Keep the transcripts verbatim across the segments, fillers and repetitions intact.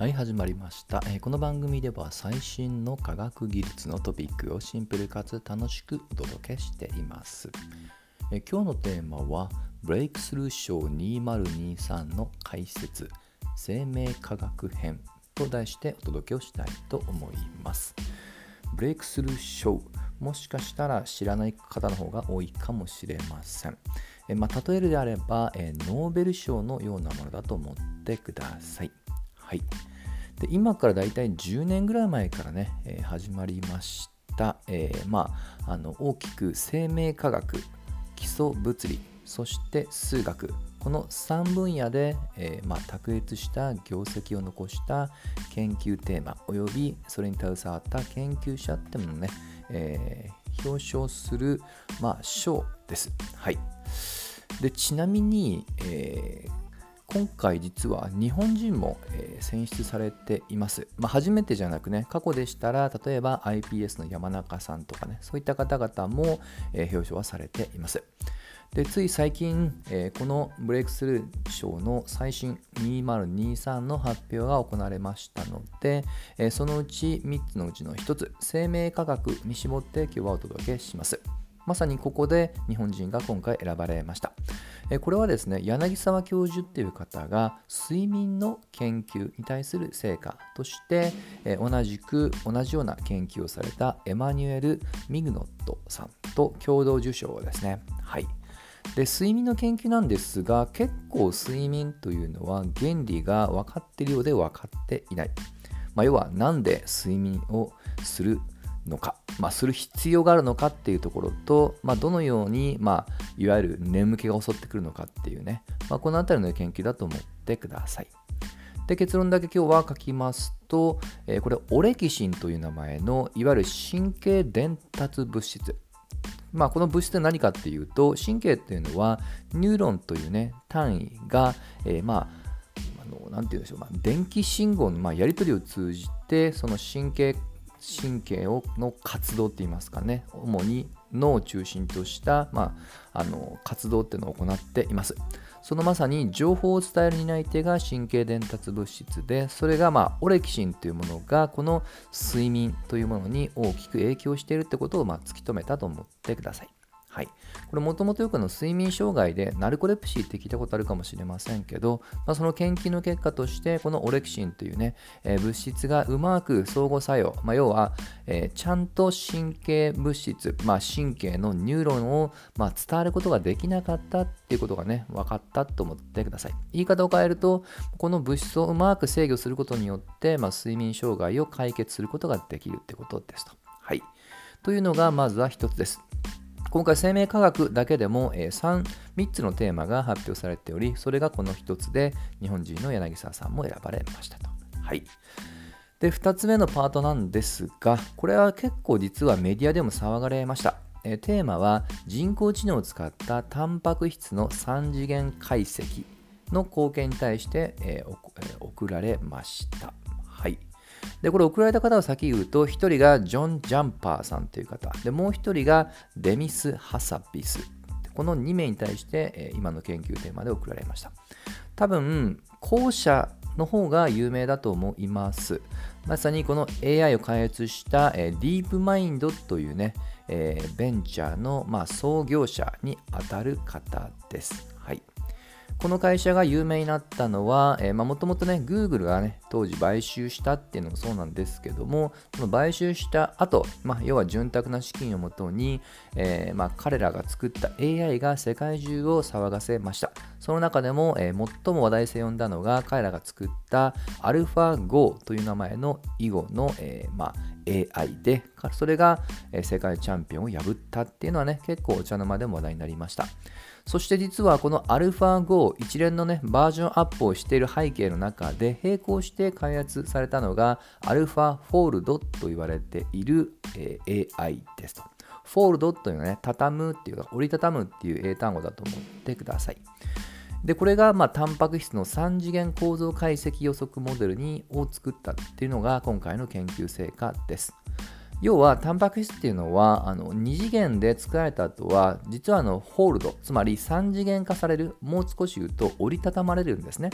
はい、始まりました。えーこの番組では最新の科学技術のトピックをシンプルかつ楽しくお届けしています。えー今日のテーマはブレイクスルー賞にせんにじゅうさんの解説生命科学編と題してお届けをしたいと思います。ブレイクスルー賞、もしかしたら知らない方の方が多いかもしれません。えーまあ、例えるであれば、えーノーベル賞のようなものだと思ってください。はい。で今からだいたいじゅうねんぐらい前からね、えー始まりました、えーまあ、あの大きく生命科学、基礎物理、そして数学、このさんぶんやで、えーまあ、卓越した業績を残した研究テーマおよびそれに携わった研究者ってものをね、えー表彰する、まあ、賞です。はい。でちなみに、えー今回実は日本人も、えー選出されています。まあ、初めてじゃなくね、過去でしたら例えば アイピーエス の山中さんとかね、そういった方々も、えー表彰はされています。でつい最近、えーこのブレイクスルー賞の最新にせんにじゅうさんの発表が行われましたので、えーそのうちみっつのうちのひとつ、生命科学に絞って今日はお届けします。まさにここで日本人が今回選ばれました。えこれはですね、柳沢教授っていう方が睡眠の研究に対する成果として、え同じく同じような研究をされたエマニュエル・ミグノットさんと共同受賞ですね。はい。で睡眠の研究なんですが、結構睡眠というのは原理が分かっているようで分かっていない。まあ、要はなんで睡眠をするのか、まあ、する必要があるのかっていうところと、まあ、どのように、まあ、いわゆる眠気が襲ってくるのかっていうね、まあ、このあたりの研究だと思ってください。で結論だけ今日は書きますと、えーこれオレキシンという名前のいわゆる神経伝達物質、まあ、この物質は何かっていうと、神経っていうのはニューロンというね単位が、えーまああのなんて言うんでしょう、まあ、電気信号のまあやり取りを通じてその神経神経をの活動って言いますかね、主に脳を中心とした、まあ、あの活動っていうのを行っています。そのまさに情報を伝える担い手が神経伝達物質で、それがまあオレキシンというものがこの睡眠というものに大きく影響しているってことをまあ突き止めたと思ってください。はい、これもともとよくの睡眠障害でナルコレプシーって聞いたことあるかもしれませんけど、まあ、その研究の結果としてこのオレキシンというね、えー物質がうまく相互作用、まあ、要は、えーちゃんと神経物質、まあ、神経のニューロンを、まあ、伝わることができなかったっていうことがね分かったと思ってください。言い方を変えると、この物質をうまく制御することによって、まあ、睡眠障害を解決することができるってことですと。はい、というのがまずは一つです。今回生命科学だけでもさん、みっつのテーマが発表されており、それがこのひとつで日本人の柳沢さんも選ばれましたと。はい。で、ふたつめのパートなんですが、これは結構実はメディアでも騒がれました。えテーマは人工知能を使ったタンパク質のさん次元解析の貢献に対して、えーおえー贈られました。はい。でこれ送られた方を先言うと、ひとりがジョン・ジャンパーさんという方で、もうひとりがデミス・ハサビス、このにめいに対して、えー今の研究テーマで送られました。多分後者の方が有名だと思います。まさにこの エーアイ を開発した、えー、ディープマインドというね、えーベンチャーの、まあ、創業者にあたる方です。はい。この会社が有名になったのは、もともとね、Google がね、当時買収したっていうのもそうなんですけども、その買収した後、まあ、要は潤沢な資金をもとに、えーまあ、彼らが作った エーアイ が世界中を騒がせました。その中でも、えー最も話題性を呼んだのが、彼らが作った AlphaGo という名前の囲碁の、えーまあ、エーアイ で、それがえー世界チャンピオンを破ったっていうのはね、結構お茶の間でも話題になりました。そして実はこの AlphaGo 一連のねバージョンアップをしている背景の中で並行して開発されたのが AlphaFold と言われている、えー エーアイ ですと。Fold というのはね、畳むっていうか折りたたむっていう英単語だと思ってください。でこれがまあタンパク質のさん次元構造解析予測モデルにを作ったっていうのが今回の研究成果です。要はタンパク質っていうのはあのに次元で作られた後は実はあのホールド、つまりさん次元化される、もう少し言うと折りたたまれるんですね。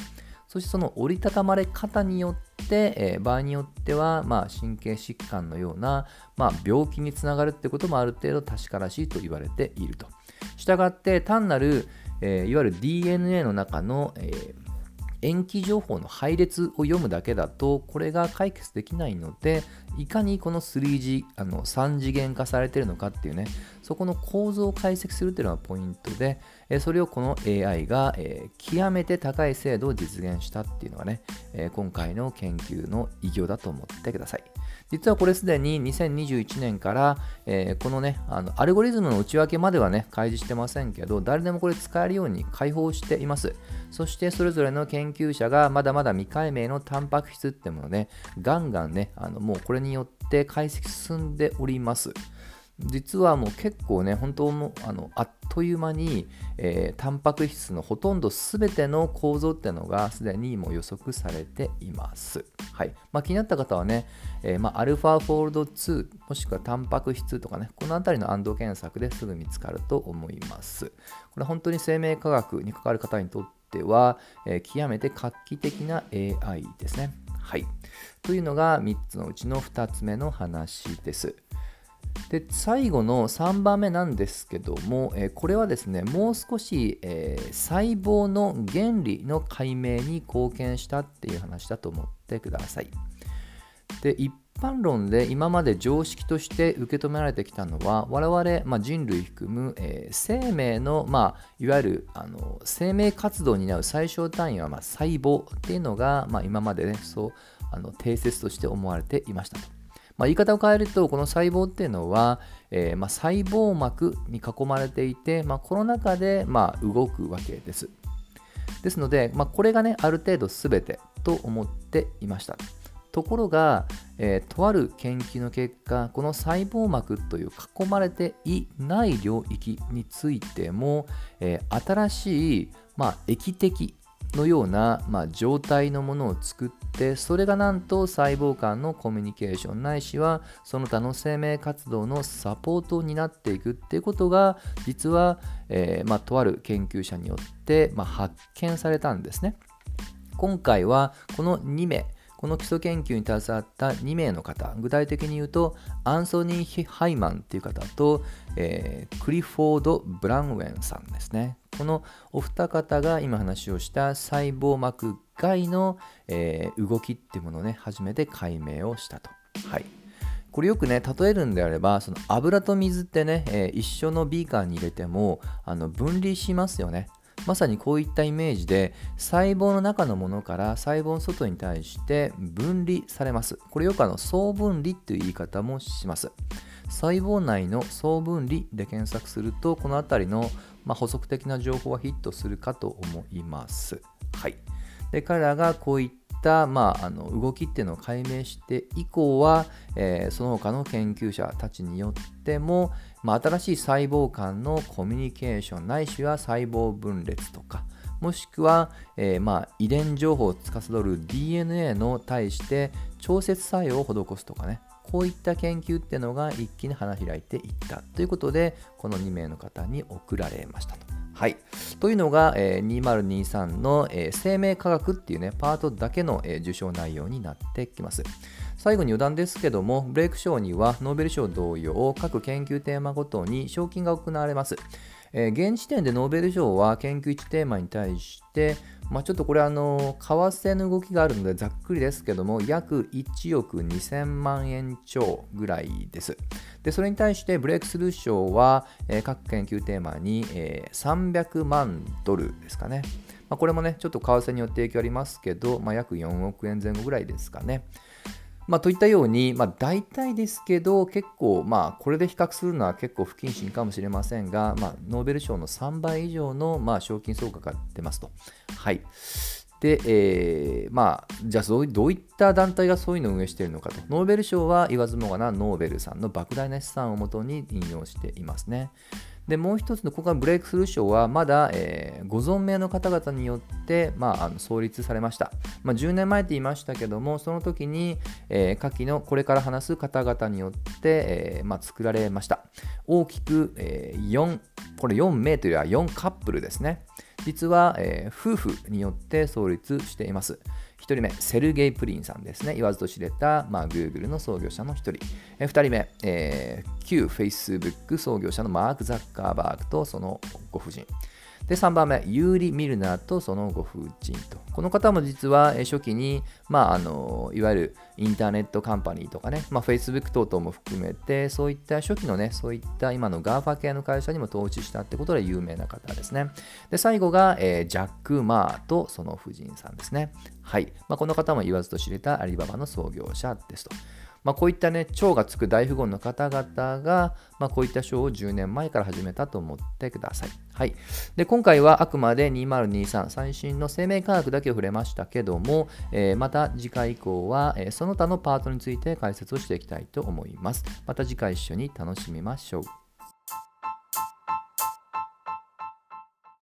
そしてその折りたたまれ方によって、えー、場合によっては、まあ、神経疾患のような、まあ、病気につながるってこともある程度確からしいと言われていると。したがって単なる、えー、いわゆる ディーエヌエー の中の、えー塩基情報の配列を読むだけだとこれが解決できないので、いかにこの スリージー あのさん次元化されているのかっていうね、そこの構造を解析するっていうのがポイントで、それをこの エーアイ が極めて高い精度を実現したっていうのがね、今回の研究の偉業だと思ってください。実はこれすでににせんにじゅういちねんから、えー、このねあのアルゴリズムの内訳まではね開示してませんけど、誰でもこれ使えるように開放しています。そしてそれぞれの研究者がまだまだ未解明のタンパク質ってものね、ガンガンねあのもうこれによって解析進んでおります。実はもう結構ね、本当もあのあっという間に、えー、タンパク質のほとんど全ての構造っていうのがすでにもう予測されています。はい。まあ、気になった方はね、えー、まあ、アルファフォールドツーもしくはタンパク質とかね、このあたりのアンド検索ですぐ見つかると思います。これ本当に生命科学に関わる方にとっては、えー、極めて画期的な エーアイ ですね。はい。というのがみっつのうちのふたつめの話です。で最後のさんばんめなんですけども、えー、これはですねもう少し、えー、細胞の原理の解明に貢献したっていう話だと思ってください。で一般論で今まで常識として受け止められてきたのは、我々、まあ、人類含む、えー、生命の、まあ、いわゆるあの生命活動に担う最小単位は、まあ、細胞っていうのが、まあ、今までねそうあの定説として思われていましたと。まあ、言い方を変えると、この細胞っていうのは、えーまあ、細胞膜に囲まれていて、まあ、この中で、まあ、動くわけです。ですので、まあ、これがね、ある程度全てと思っていました。ところが、えー、とある研究の結果、この細胞膜という囲まれていない領域についても、えー、新しい、まあ、液的のような、まあ、状態のものを作って、それがなんと細胞間のコミュニケーションないしはその他の生命活動のサポートになっていくっていうことが実は、えーまあ、とある研究者によって、まあ、発見されたんですね。今回はこのにめい、この基礎研究に携わったにめいの方、具体的に言うとアンソニー・ハイマンっていう方と、えー、クリフォード・ブランウェンさんですね。このお二方が今話をした細胞膜外の、えー、動きっていうものをね初めて解明をしたと。はい。これよくね例えるんであれば、その油と水ってね、えー、一緒のビーカーに入れてもあの分離しますよね。まさにこういったイメージで細胞の中のものから細胞の外に対して分離されます。これよくあの相分離という言い方もします。細胞内の相分離で検索するとこのあたりの、まあ、補足的な情報はヒットするかと思います。はい。で彼らがこういった、まあ、あの動きっていうのを解明して以降は、えー、その他の研究者たちによっても、まあ、新しい細胞間のコミュニケーションないしは細胞分裂とか、もしくは、えーまあ、遺伝情報を司る ディーエヌエー の対して調節作用を施すとかね、こういった研究っていうのが一気に花開いていったということで、このにめいの方に贈られましたと。はい。というのが、えー、にせんにじゅうさんの、えー、生命科学っていうね、パートだけの、えー、受賞内容になってきます。最後に余談ですけども、ブレイク賞にはノーベル賞同様、各研究テーマごとに賞金が行われます。えー、現時点でノーベル賞は研究いちテーマに対して、まあ、ちょっとこれあの為替の動きがあるのでざっくりですけども、約いちおくにせんまんえん超ぐらいです。でそれに対してブレイクスルー賞は、えー、各研究テーマに、えー、さんびゃくまんドルですかね。まあ、これもねちょっと為替によって影響ありますけど、まあ、約よんおくえんぜん後ぐらいですかね。まあ、といったように、まあ、大体ですけど結構、まあ、これで比較するのは結構不謹慎かもしれませんが、まあ、ノーベル賞のさんばい以上の、まあ、賞金総額が出ますと。はい。で、えー、まあ、じゃあどう、どういった団体がそういうのを運営しているのかと。ノーベル賞は言わずもがなノーベルさんの莫大な資産をもとに引用していますね。でもう一つのここがブレイクスルー賞はまだ、えー、ご存命の方々によって、まあ、あの創立されました。まあ、じゅうねんまえって言いましたけども、その時に、えー、下記のこれから話す方々によって、えーまあ、作られました。大きく、えー、よん、これよんめいというよりはよんカップルですね。 実は、えー、夫婦によって創立しています。ひとりめ、セルゲイ・プリンさんですね。言わずと知れた、まあ、Google の創業者のひとり。えー、ふたりめ、えー、旧 Facebook 創業者のマーク・ザッカーバーグとそのご夫人。で、さんばんめ、ユーリ・ミルナーとそのご夫人と。この方も実は初期に、まあ、あのいわゆるインターネットカンパニーとかね、まあ、Facebook 等々も含めて、そういった初期のね、そういった今の ガーファ 系の会社にも投資したってことで有名な方ですね。で、最後が、えー、ジャック・マーとその夫人さんですね。はい。まあ、この方も言わずと知れたアリババの創業者ですと。まあ、こういったね、超がつく大富豪の方々が、まあ、こういった賞をじゅうねんまえから始めたと思ってください。はい。で、今回はあくまでにせんにじゅうさん最新の生命科学だけを触れましたけども、えー、また次回以降は、えー、その他のパートについて解説をしていきたいと思います。また次回一緒に楽しみましょう。